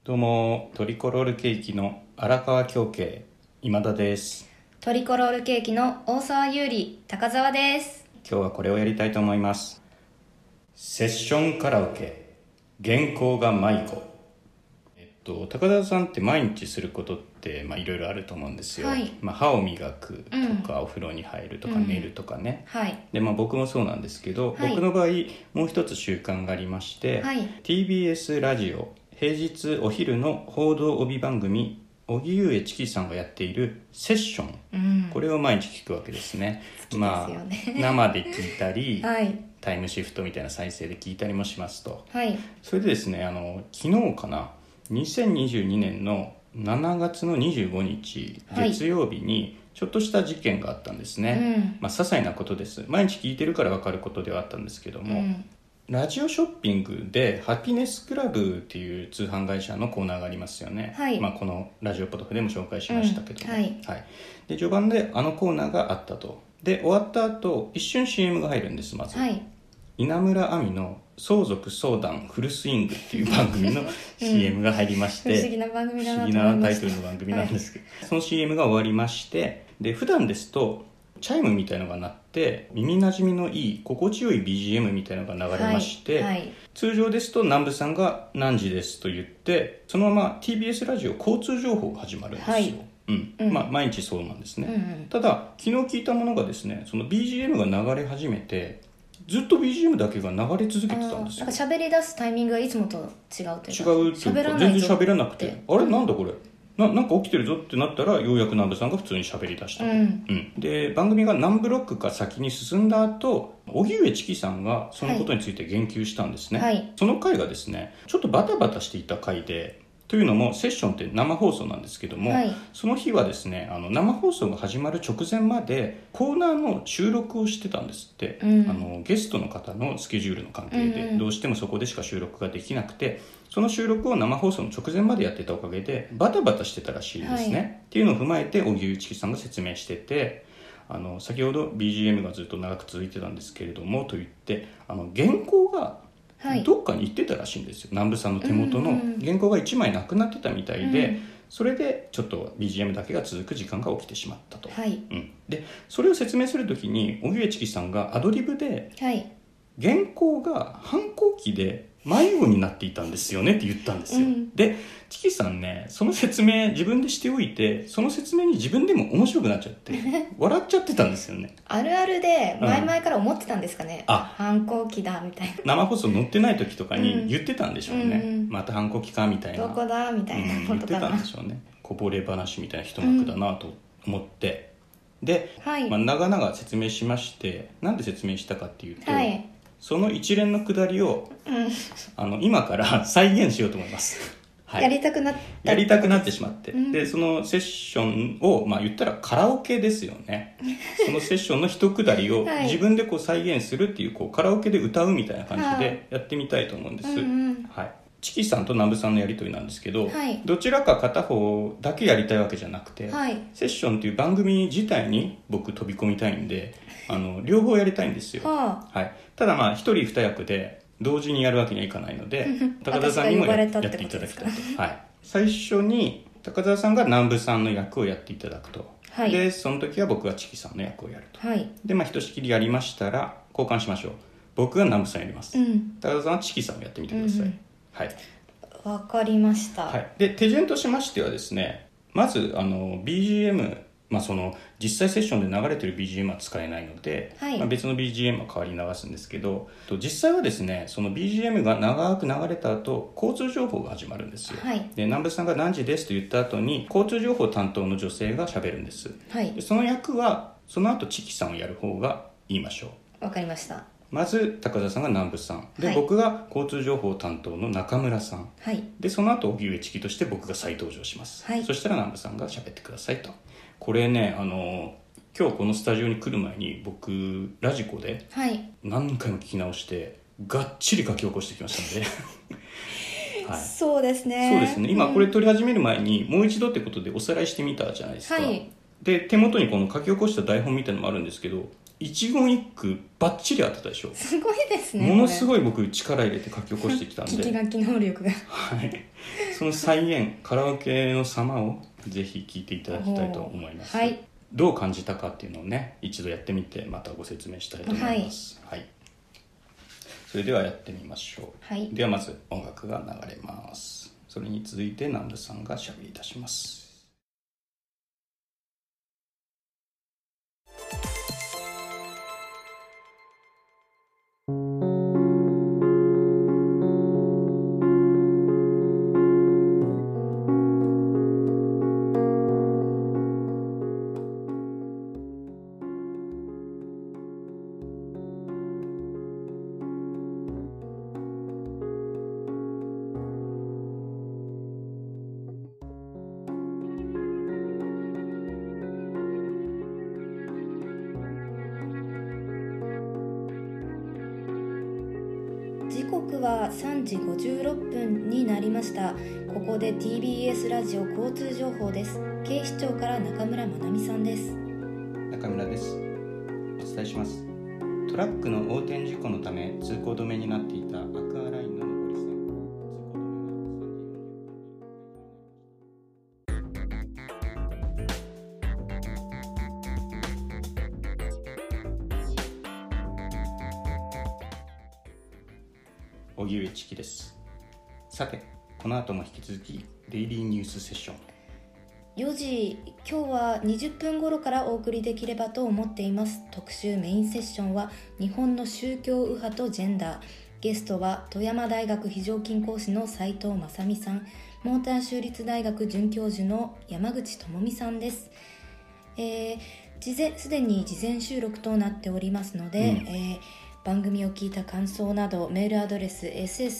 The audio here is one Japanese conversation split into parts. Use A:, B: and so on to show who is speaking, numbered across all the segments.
A: どうも、トリコロールケーキの荒川京慶今田です。
B: トリコロールケーキの大沢優里高澤です。
A: 今日はこれをやりたいと思います。セッションカラオケ原稿が迷子。高田さんって毎日することっていろいろあると思うんですよ、
B: はい。
A: 歯を磨くとか、お風呂に入るとか、寝るとかね、
B: はい。
A: で僕もそうなんですけど、
B: はい
A: 僕の場合もう一つ習慣がありまして、
B: はい。
A: TBS ラジオ平日お昼の報道帯番組荻上チキさんがやっているセッション、これを毎日聞くわけですね。
B: 好きですよね。
A: 生で聞いたり、
B: はい。
A: タイムシフトみたいな再生で聞いたりもしますと。
B: はい。
A: それでですね、昨日かな、2022年の7月の25日月曜日にちょっとした事件があったんですね、些細なことです。毎日聞いてるから分かることではあったんですけども、ラジオショッピングでハピネスクラブっていう通販会社のコーナーがありますよね、
B: はい。
A: このラジオポトフでも紹介しましたけども、
B: はい。
A: で序盤であのコーナーがあったと。で終わった後一瞬 CM が入るんです。まず、
B: はい。
A: 稲村亜美の相続相談フルスイングっていう番組の CM が入りまして、
B: 不思議な番組だなと
A: 不
B: 思いました。
A: 思議なタイトルの番組なんですけど、その CM が終わりまして、で普段ですとチャイムみたいのが鳴って耳なじみのいい心地よい BGM みたいのが流れまして、通常ですと南部さんが何時ですと言ってそのまま TBS ラジオ交通情報が始まるんですよ、毎日そうなんですね、ただ昨日聞いたものがですね、その BGM が流れ始めてずっと BGM だけが流れ続けてたんですよ。
B: なんか喋り出すタイミングがいつもと違うというか、
A: 喋らない全然喋らなくて、あれなんだこれなんか起きてるぞってなったらようやく南部さんが普通に喋り出したと、で番組が何ブロックか先に進んだ後、荻上チキさんがそのことについて言及したんですね、その回がですねちょっとバタバタしていた回で、というのもセッションって生放送なんですけども、その日はですね生放送が始まる直前までコーナーの収録をしてたんですって、ゲストの方のスケジュールの関係で、どうしてもそこでしか収録ができなくて、その収録を生放送の直前までやってたおかげでバタバタしてたらしいんですね、っていうのを踏まえて荻上チキさんが説明してて、先ほど BGM がずっと長く続いてたんですけれどもと言って、原稿がどっかに行ってたらしいんですよ、南部さんの手元の原稿が1枚なくなってたみたいで、それでちょっと BGM だけが続く時間が起きてしまったと、でそれを説明するときに荻上チキさんがアドリブで、原稿が反抗期で迷子になっていたんですよねって言ったんですよ、でチキさんね、その説明自分でしておいて、その説明に自分でも面白くなっちゃって笑っちゃってたんですよね。
B: あるあるで前々から思ってたんですかね、反抗期だみたいな。
A: 生放送載ってない時とかに言ってたんでしょうね、また反抗期かみたいな、
B: どこだみたいなことかな、
A: 言ってたんでしょうね。こぼれ話みたいな一幕だなと思って、で、長々説明しまして、なんで説明したかっていうと、その一連のくだりを、今から再現しようと思います、
B: やりたくな
A: ってしまって、でそのセッションを、言ったらカラオケですよねそのセッションの一くだりを自分で再現するっていう、カラオケで歌うみたいな感じでやってみたいと思うんです、チキさんと南部さんのやり取りなんですけど、どちらか片方だけやりたいわけじゃなくて、セッションという番組自体に僕飛び込みたいんで、両方やりたいんですよ、ただ一人二役で同時にやるわけにはいかないので高田さんにもやっていただきたいと、最初に高田さんが南部さんの役をやっていただくと、でその時は僕がチキさんの役をやると、でひとしきりやりましたら交換しましょう。僕が南部さんやります、高田さんはチキさんをやってみてください、
B: わかりました、
A: で手順としましてはですね、まずBGM、その実際セッションで流れてる BGM は使えないので、別の BGM は代わりに流すんですけど、実際はですねその BGM が長く流れた後交通情報が始まるんですよ、で南部さんが何時ですと言った後に交通情報担当の女性が喋るんです、でその役はその後チキさんをやる方が言いましょう。
B: わかりました。
A: まず高田さんが南部さんで、僕が交通情報担当の中村さん、でその後荻上チキとして僕が再登場します、そしたら南部さんが喋ってくださいと。これね今日このスタジオに来る前に僕ラジコで何回も聞き直してがっちり書き起こしてきましたので
B: そうですね、
A: 今これ撮り始める前にもう一度ってことでおさらいしてみたじゃないですか、で手元にこの書き起こした台本みたいなのもあるんですけど、 一言一句バッチリ当てたでしょ。
B: すごいですね。
A: ものすごい僕力入れて書き起こしてきたんで
B: 聞き書き能力が
A: はい、その再現カラオケの様をぜひ聞いていただきたいと思います、
B: はい、
A: どう感じたかっていうのをね一度やってみてまたご説明したいと思います、はいはい、それではやってみましょう、
B: はい、
A: ではまず音楽が流れます。それに続いて南部さんがしゃべり出します。
B: 時刻は3時56分になりました。ここで TBS ラジオ交通情報です。警視庁から中村まなみさんです。
A: 中村です。お伝えします。トラックの横転事故のため通行止めになっていたアクアラインの上り線、荻上チキです。さて、この後も引き続きデイリーニュースセッション
B: 4時、今日は20分頃からお送りできればと思っています。特集メインセッションは日本の宗教右派とジェンダー。ゲストは富山大学非常勤講師の斉藤正美さん、モーター州立大学准教授の山口智美さんです。すでに事前収録となっておりますので、番組を聞いた感想などメールアドレス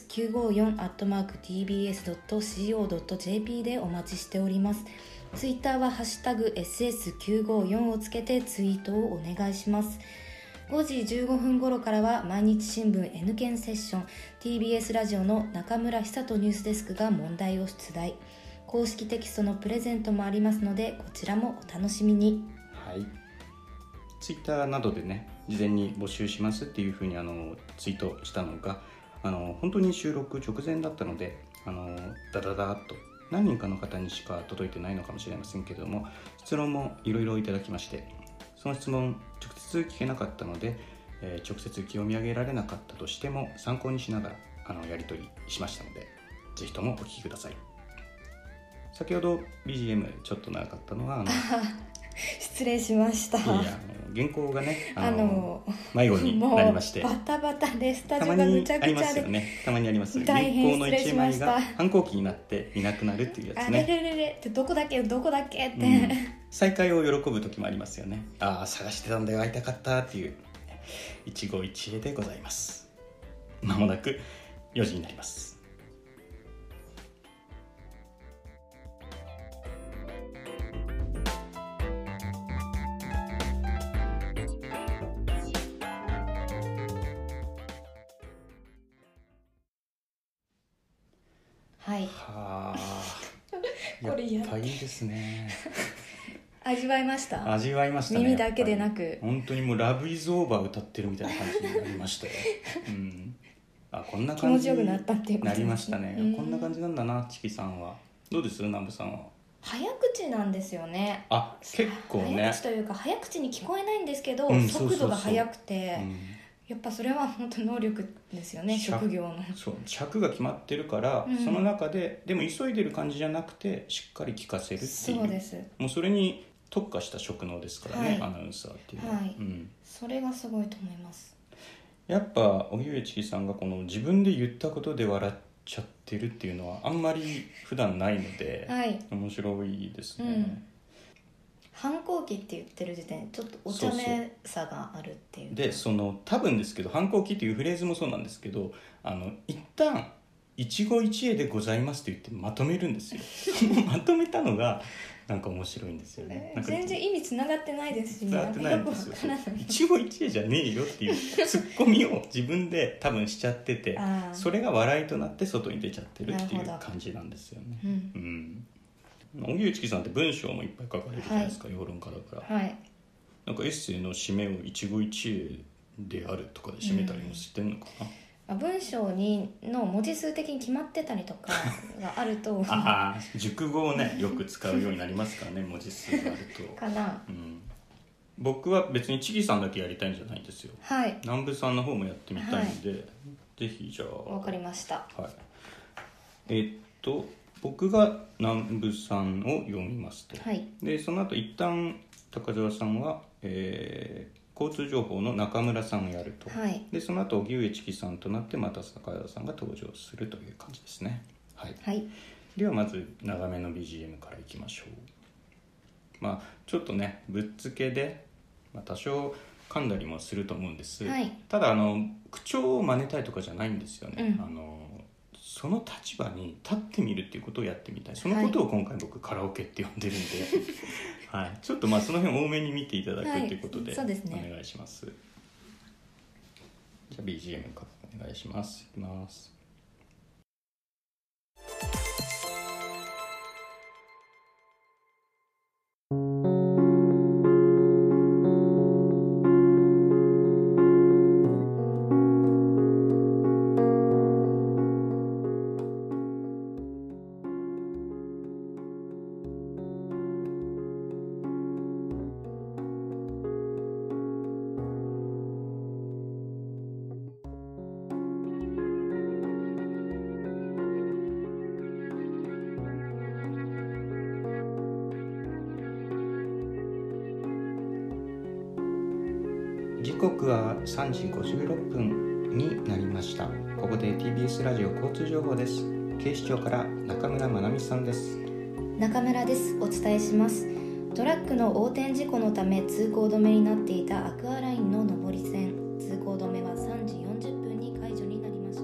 B: ss954@tbs.co.jp でお待ちしております。ツイッターはハッシュタグ ss954 をつけてツイートをお願いします。5時15分頃からは毎日新聞 N 検セッション、 TBS ラジオの中村久人ニュースデスクが問題を出題。公式テキストのプレゼントもありますのでこちらもお楽しみに。
A: はい、ツイッターなどでね事前に募集しますっていうふうにツイートしたのが本当に収録直前だったのでダダダーっと何人かの方にしか届いてないのかもしれませんけれども、質問もいろいろいただきまして、その質問直接聞けなかったので、直接読み上げられなかったとしても参考にしながらやり取りしましたので、ぜひともお聞きください。先ほど BGM ちょっと長かったのは
B: 失礼しました。
A: いや原稿がね迷子になりまして、
B: バタバタでスタジオがむちゃくちゃで
A: たまにあります。
B: 大変
A: 原稿の一枚が反抗期になっていなくなるっていうやつね。
B: あれれれれってどこだっけって、
A: 再会を喜ぶ時もありますよね。ああ探してたんだよ、会いたかったっていう一期一会でございます。まもなく4時になります。
B: はい。
A: はあ
B: これ
A: やっぱいいですね。
B: 味わいました。
A: 味わいましたね。
B: 耳だけでなく
A: 本当にもうラブイズオーバー歌ってるみたいな感じになりましたよ、こんな感じ
B: 気持ちよくなったっていうことですね。
A: なりましたね。こんな感じなんだな。チキさんはどうです？南部さんは。
B: 早口なんですよね。
A: 結構ね。
B: 早口というか早口に聞こえないんですけど、速度が速くて、やっぱそれは本当能力ですよね、職業の。
A: そう、尺が決まってるから、その中ででも急いでる感じじゃなくてしっかり聞かせるっていう。
B: そうです。
A: もうそれに特化した職能ですからね、アナウンサーっていうのは、
B: それがすごいと思います。
A: やっぱ荻上チキさんがこの自分で言ったことで笑っちゃってるっていうのはあんまり普段ないので、面白いですね、
B: 反抗期って言ってる時点でちょっとお茶目さがあるっていう。
A: で多分ですけど、反抗期っていうフレーズもそうなんですけど、一旦一期一会でございますって言ってまとめるんですよまとめたのがなんか面白いんですよね。
B: 全然意味つながってないですし、
A: つながってないんですよ。一期一会じゃねえよっていうツッコミを自分で多分しちゃっててそれが笑いとなって外に出ちゃってるっていう感じなんですよね。荻上チキさんって文章もいっぱい書かれるじゃないですか、評論家だから。 なんかエッセイの締めを一期一会であるとかで締めたりもしてんのかな、
B: 文章の文字数的に決まってたりとかがあると
A: ああ熟語をねよく使うようになりますからね文字数があると
B: かな、
A: 僕は別にちぎさんだけやりたいんじゃないんですよ。
B: はい。
A: 南部さんの方もやってみたいんで、ぜひじゃあ。
B: わかりました。
A: はい。僕が南部さんを読みますと。
B: はい。
A: でその後一旦高澤さんは、交通情報の中村さんをやると。
B: はい。
A: でその後荻上チキさんとなってまた高澤さんが登場するという感じですね。はい。
B: はい。
A: ではまず長めの BGM からいきましょう。まあちょっとねぶっつけで。多少噛んだりもすると思うんです、
B: はい、
A: ただ口調を真似たいとかじゃないんですよね、その立場に立ってみるっていうことをやってみたい。そのことを今回僕カラオケって呼んでるんで、はい、ちょっとその辺多めに見ていただくということで、
B: そうですね、
A: お願いします。じゃあ BGM からお願いします。いきます。時刻は3時56分になりました。ここで TBS ラジオ交通情報です。警視庁から中村まなみさんです。
B: 中村です。お伝えします。トラックの横転事故のため通行止めになっていたアクアラインの上り線、通行止めは3時40分に解除になりました。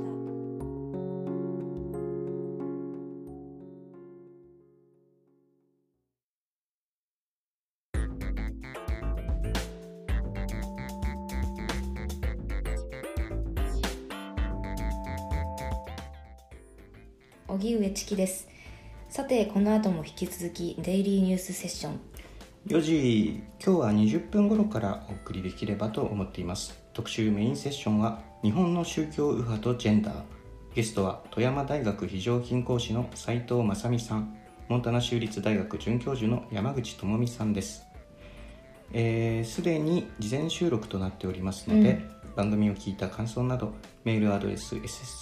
B: 荻上チキです。さてこの後も引き続きデイリーニュースセッション
A: 4時、今日は20分頃からお送りできればと思っています。特集メインセッションは日本の宗教右派とジェンダー。ゲストは富山大学非常勤講師の斉藤正美さん、モンタナ州立大学准教授の山口智美さんです。すでに事前収録となっておりますので、番組を聞いた感想などメールアドレス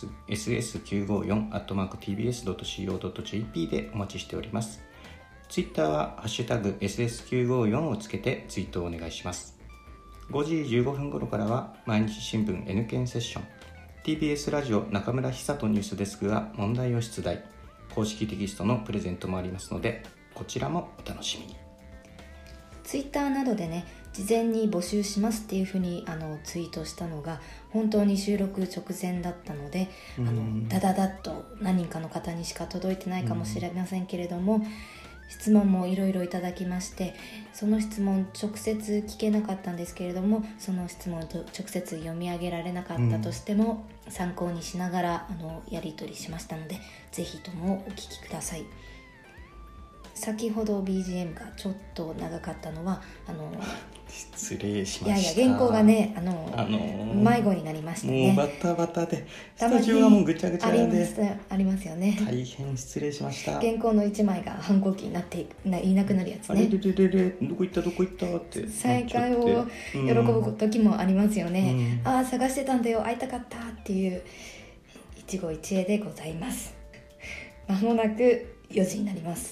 A: ss954@tbs.co.jp でお待ちしております。ツイッターはハッシュタグ ss954 をつけてツイートをお願いします。5時15分頃からは毎日新聞 N 検セッション、 TBS ラジオ中村久人ニュースデスクが問題を出題、公式テキストのプレゼントもありますのでこちらもお楽しみに。
B: ツイッターなどでね、事前に募集しますっていうふうにツイートしたのが本当に収録直前だったので、ダダダッと何人かの方にしか届いてないかもしれませんけれども、質問もいろいろいただきまして、その質問直接聞けなかったんですけれども、その質問と直接読み上げられなかったとしても、参考にしながらやり取りしましたので、ぜひともお聞きください。先ほど BGM がちょっと長かったのは
A: 失礼しました。
B: いやいや原稿がね迷子になりましたね。
A: もうバタバタでスタジオはもうぐちゃぐちゃで
B: ありますよね。
A: 大変失礼しました。
B: 原稿の1枚が反抗期になっていなくなるやつね。
A: あれれれれどこ行ったって
B: 再会を喜ぶ時もありますよね、ああ探してたんだよ、会いたかったっていう一期一会でございます。まもなく4時になります。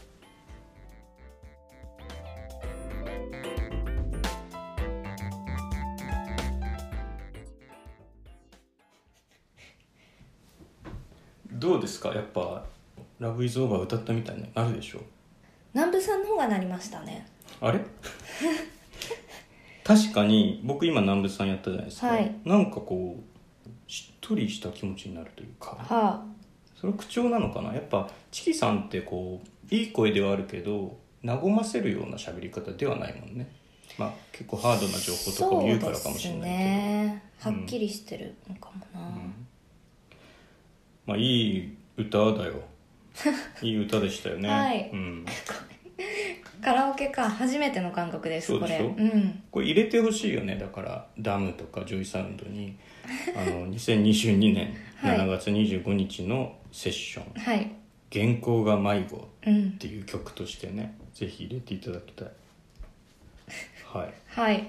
A: どうですか、やっぱラブイズオーバー歌ったみたいになるでしょ。
B: 南部さんの方がなりましたね。
A: あれ確かに僕今南部さんやったじゃないですか、
B: はい、
A: なんかこうしっとりした気持ちになるというか、それ口調なのかな。やっぱチキさんってこういい声ではあるけど和ませるような喋り方ではないもんね。結構ハードな情報とかを言うからかもしれないけど、
B: ね、はっきりしてるのかもな、
A: いい歌だよいい歌でしたよね。
B: はい、 カラオケか、初めての感覚です。
A: そうでしょ、
B: これ、
A: これ入れてほしいよね。だからダムとかジョイサウンドに2022年7月25日のセッション、
B: はい、
A: 原稿が迷子っていう曲としてね、ぜひ入れていただきたい。はい
B: はい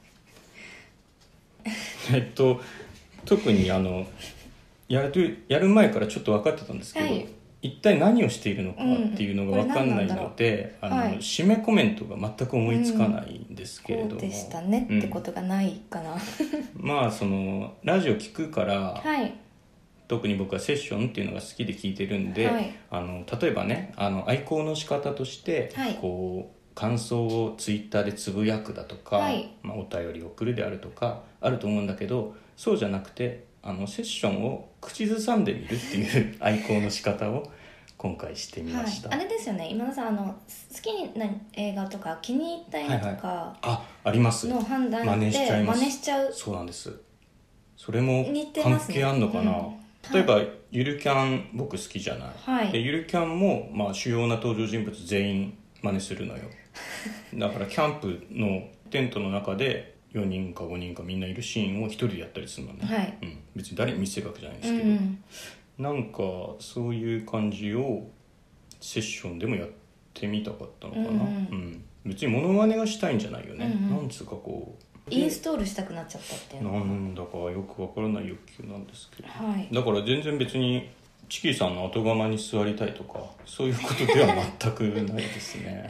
A: 特にやる前からちょっと分かってたんですけど、はい、一体何をしているのかっていうのが分かんないので、締めコメントが全く思いつかないんですけれども、
B: こうでしたねってことがないかな、
A: まあそのラジオ聞くから、
B: はい、
A: 特に僕はセッションっていうのが好きで聞いてるんで、はい、例えばね愛好の仕方として、はい、こう感想をツイッターでつぶやくだとか、はい、お便りを送るであるとかあると思うんだけど、そうじゃなくてセッションを口ずさんでみるっていう愛好の仕方を今回してみました、
B: はい、あれですよね、今田さん好きな映画とか気に入った映画とか、
A: はいはい、あります
B: の判断
A: 真似しちゃいます。
B: 真似しちゃう。
A: そうなんです。それも関係あんのかな、例えば、はい、ゆるキャン僕好きじゃない、はい、でゆるキャンも、主要な登場人物全員真似するのよだからキャンプのテントの中で4人か5人かみんないるシーンを1人でやったりするのね、はい、別に誰に見せるわけじゃないんですけど、なんかそういう感じをセッションでもやってみたかったのかな、別にモノマネがしたいんじゃないよね、なんつうかこう
B: インストールしたくなっちゃったっていうの
A: なんだかよくわからない欲求なんですけど、はい、だから全然別にチキさんの後釜に座りたいとかそういうことでは全くないですね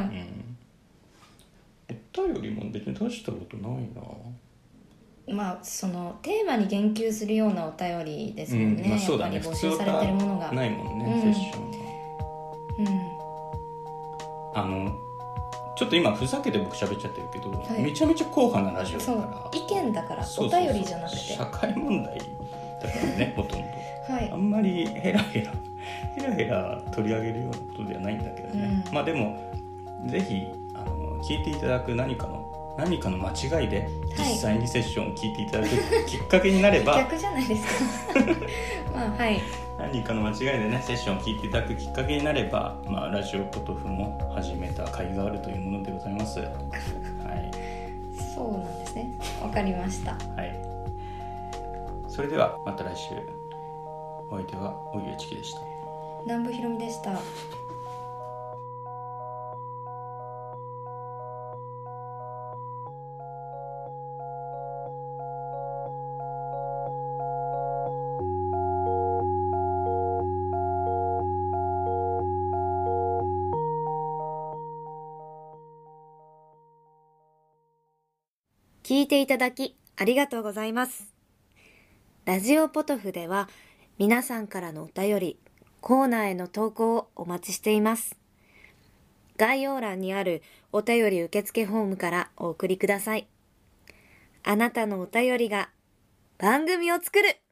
A: お便りも別に出したことないな。
B: まあそのテーマに言及するようなお便りですもんね、
A: そうだね、
B: やっぱり募集されてるものが
A: ないもんね、セッションはちょっと今ふざけて僕喋っちゃってるけど、はい、めちゃめちゃ硬派なラジオだから、
B: 意見だからお便りじゃなくて
A: 社会問題だからねほとんど、はい、あんまりヘラヘラ取り上げるようなことではないんだけどね、まあでもぜひ聞いていただく何かの間違いで実際にセッションを聞いていただくきっかけになれば
B: 逆じゃないですかまあはい
A: 何かの間違いでねセッションを聞いていただくきっかけになれば、ラジオポトフも始めた甲斐があるというものでございますはい
B: そうなんですね、わかりました。
A: はい、それではまた来週。お相手は荻上チキでした。
B: 南部ひろみでした。聞いていただきありがとうございます。ラジオポトフでは皆さんからのお便り、コーナーへの投稿をお待ちしています。概要欄にあるお便り受付フォームからお送りください。あなたのお便りが番組を作る